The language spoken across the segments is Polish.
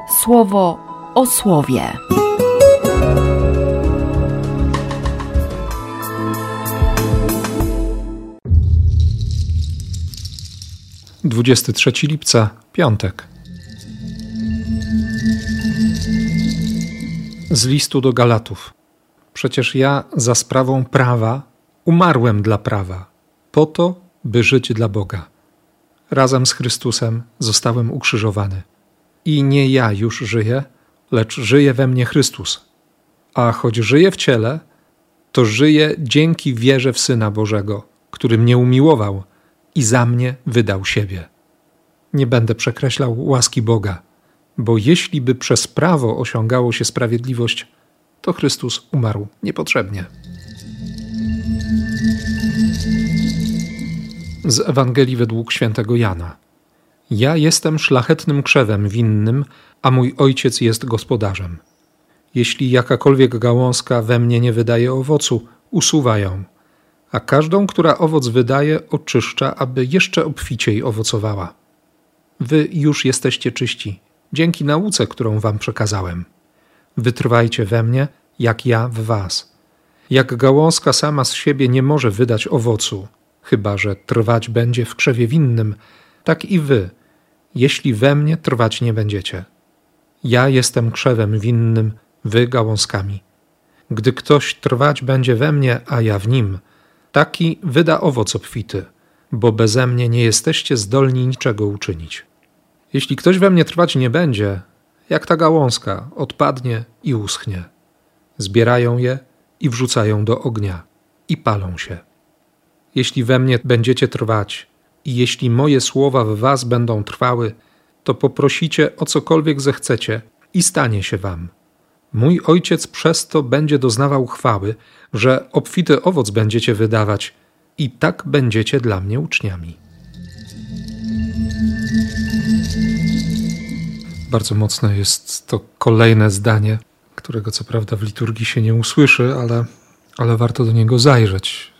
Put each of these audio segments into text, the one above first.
Słowo o słowie. Dwudziesty 3 lipca, piątek. Z listu do Galatów. Przecież ja za sprawą prawa umarłem dla prawa, po to, by żyć dla Boga. Razem z Chrystusem zostałem ukrzyżowany. I nie ja już żyję, lecz żyje we mnie Chrystus. A choć żyję w ciele, to żyję dzięki wierze w Syna Bożego, który mnie umiłował i za mnie wydał siebie. Nie będę przekreślał łaski Boga, bo jeśli by przez prawo osiągało się sprawiedliwość, to Chrystus umarł niepotrzebnie. Z Ewangelii według świętego Jana. Ja jestem szlachetnym krzewem winnym, a mój Ojciec jest gospodarzem. Jeśli jakakolwiek gałązka we mnie nie wydaje owocu, usuwa ją, a każdą, która owoc wydaje, oczyszcza, aby jeszcze obficiej owocowała. Wy już jesteście czyści, dzięki nauce, którą wam przekazałem. Wytrwajcie we mnie, jak ja w was. Jak gałązka sama z siebie nie może wydać owocu, chyba że trwać będzie w krzewie winnym, tak i wy, jeśli we mnie trwać nie będziecie. Ja jestem krzewem winnym, wy gałązkami. Gdy ktoś trwać będzie we mnie, a ja w nim, taki wyda owoc obfity, bo beze mnie nie jesteście zdolni niczego uczynić. Jeśli ktoś we mnie trwać nie będzie, jak ta gałązka, odpadnie i uschnie. Zbierają je i wrzucają do ognia i palą się. Jeśli we mnie będziecie trwać i jeśli moje słowa w was będą trwały, to poprosicie o cokolwiek zechcecie i stanie się wam. Mój Ojciec przez to będzie doznawał chwały, że obfity owoc będziecie wydawać i tak będziecie dla mnie uczniami. Bardzo mocne jest to kolejne zdanie, którego co prawda w liturgii się nie usłyszy, ale warto do niego zajrzeć.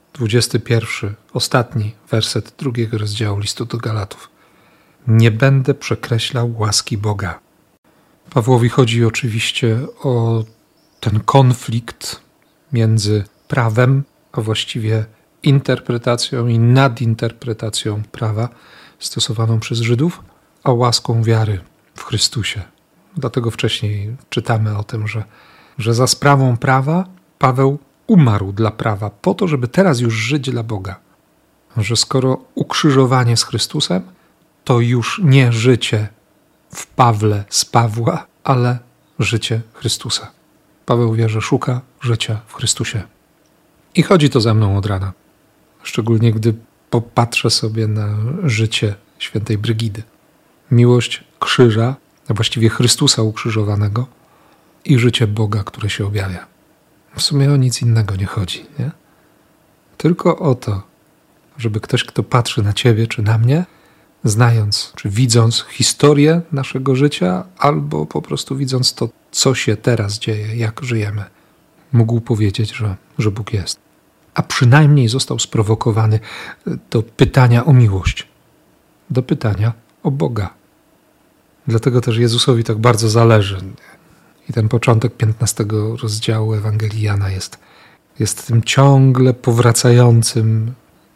21, ostatni werset 2 rozdziału listu do Galatów. Nie będę przekreślał łaski Boga. Pawłowi chodzi oczywiście o ten konflikt między prawem, a właściwie interpretacją i nadinterpretacją prawa stosowaną przez Żydów, a łaską wiary w Chrystusie. Dlatego wcześniej czytamy o tym, że za sprawą prawa Paweł umarł dla prawa po to, żeby teraz już żyć dla Boga. Że skoro ukrzyżowanie z Chrystusem, to już nie życie w Pawle z Pawła, ale życie Chrystusa. Paweł wie, że szuka życia w Chrystusie. I chodzi to ze mną od rana. Szczególnie gdy popatrzę sobie na życie świętej Brygidy. Miłość krzyża, a właściwie Chrystusa ukrzyżowanego i życie Boga, które się objawia. W sumie o nic innego nie chodzi, nie? Tylko o to, żeby ktoś, kto patrzy na ciebie czy na mnie, znając czy widząc historię naszego życia, albo po prostu widząc to, co się teraz dzieje, jak żyjemy, mógł powiedzieć, że Bóg jest. A przynajmniej został sprowokowany do pytania o miłość, do pytania o Boga. Dlatego też Jezusowi tak bardzo zależy. I ten początek 15 rozdziału Ewangelii Jana jest tym ciągle powracającym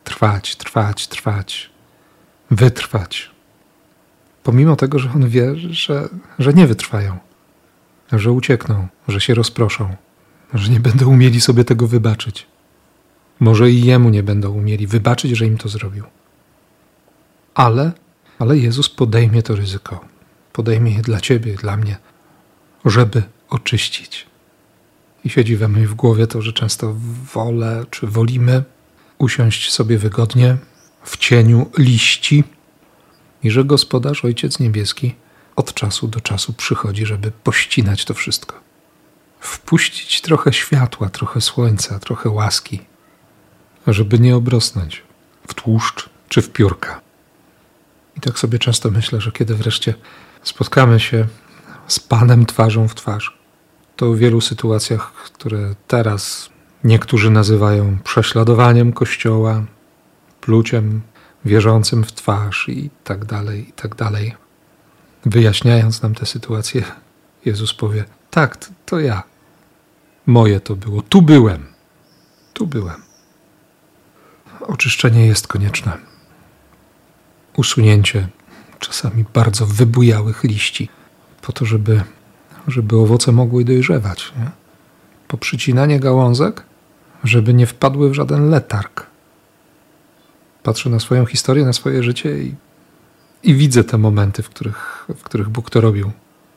trwać, wytrwać. Pomimo tego, że on wie, że nie wytrwają, że uciekną, że się rozproszą, że nie będą umieli sobie tego wybaczyć. Może i jemu nie będą umieli wybaczyć, że im to zrobił. Ale Jezus podejmie to ryzyko. Podejmie je dla ciebie i dla mnie, żeby oczyścić. I siedzi we mnie w głowie to, że często wolę, czy wolimy usiąść sobie wygodnie w cieniu liści i że Gospodarz, Ojciec Niebieski od czasu do czasu przychodzi, żeby pościnać to wszystko. Wpuścić trochę światła, trochę słońca, trochę łaski, żeby nie obrosnąć w tłuszcz czy w piórka. I tak sobie często myślę, że kiedy wreszcie spotkamy się z Panem twarzą w twarz, to w wielu sytuacjach, które teraz niektórzy nazywają prześladowaniem Kościoła, pluciem wierzącym w twarz i tak dalej, wyjaśniając nam tę sytuację, Jezus powie: tak, to ja. Moje to było. Tu byłem. Oczyszczenie jest konieczne. Usunięcie czasami bardzo wybujałych liści po to, żeby owoce mogły dojrzewać. Nie? Poprzycinanie gałązek, żeby nie wpadły w żaden letarg. Patrzę na swoją historię, na swoje życie i widzę te momenty, w których Bóg to robił.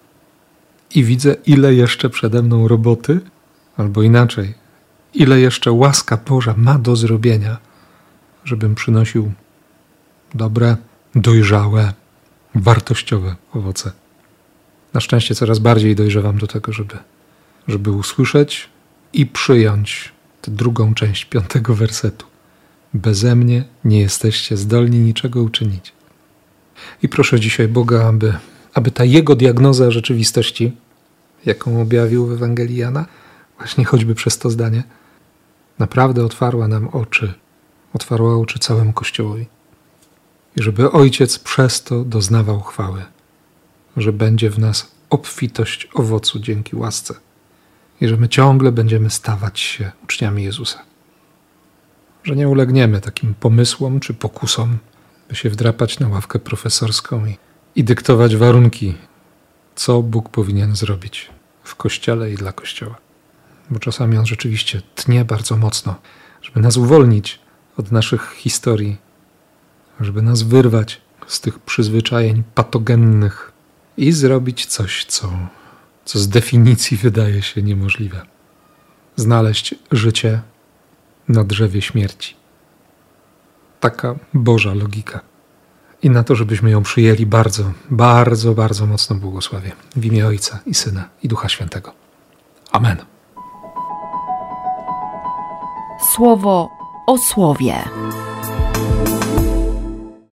I widzę, ile jeszcze przede mną roboty, albo inaczej, ile jeszcze łaska Boża ma do zrobienia, żebym przynosił dobre, dojrzałe, wartościowe owoce. Na szczęście coraz bardziej dojrzewam do tego, żeby usłyszeć i przyjąć tę drugą część 5 wersetu. Beze mnie nie jesteście zdolni niczego uczynić. I proszę dzisiaj Boga, aby ta Jego diagnoza rzeczywistości, jaką objawił w Ewangelii Jana, właśnie choćby przez to zdanie, naprawdę otwarła nam oczy, otwarła oczy całemu Kościołowi. I żeby Ojciec przez to doznawał chwały, że będzie w nas obfitość owocu dzięki łasce i że my ciągle będziemy stawać się uczniami Jezusa. Że nie ulegniemy takim pomysłom czy pokusom, by się wdrapać na ławkę profesorską i dyktować warunki, co Bóg powinien zrobić w Kościele i dla Kościoła. Bo czasami on rzeczywiście tnie bardzo mocno, żeby nas uwolnić od naszych historii, żeby nas wyrwać z tych przyzwyczajeń patogennych i zrobić coś, co z definicji wydaje się niemożliwe. Znaleźć życie na drzewie śmierci. Taka Boża logika. I na to, żebyśmy ją przyjęli bardzo, bardzo, bardzo mocno błogosławię. W imię Ojca i Syna i Ducha Świętego. Amen. Słowo o słowie.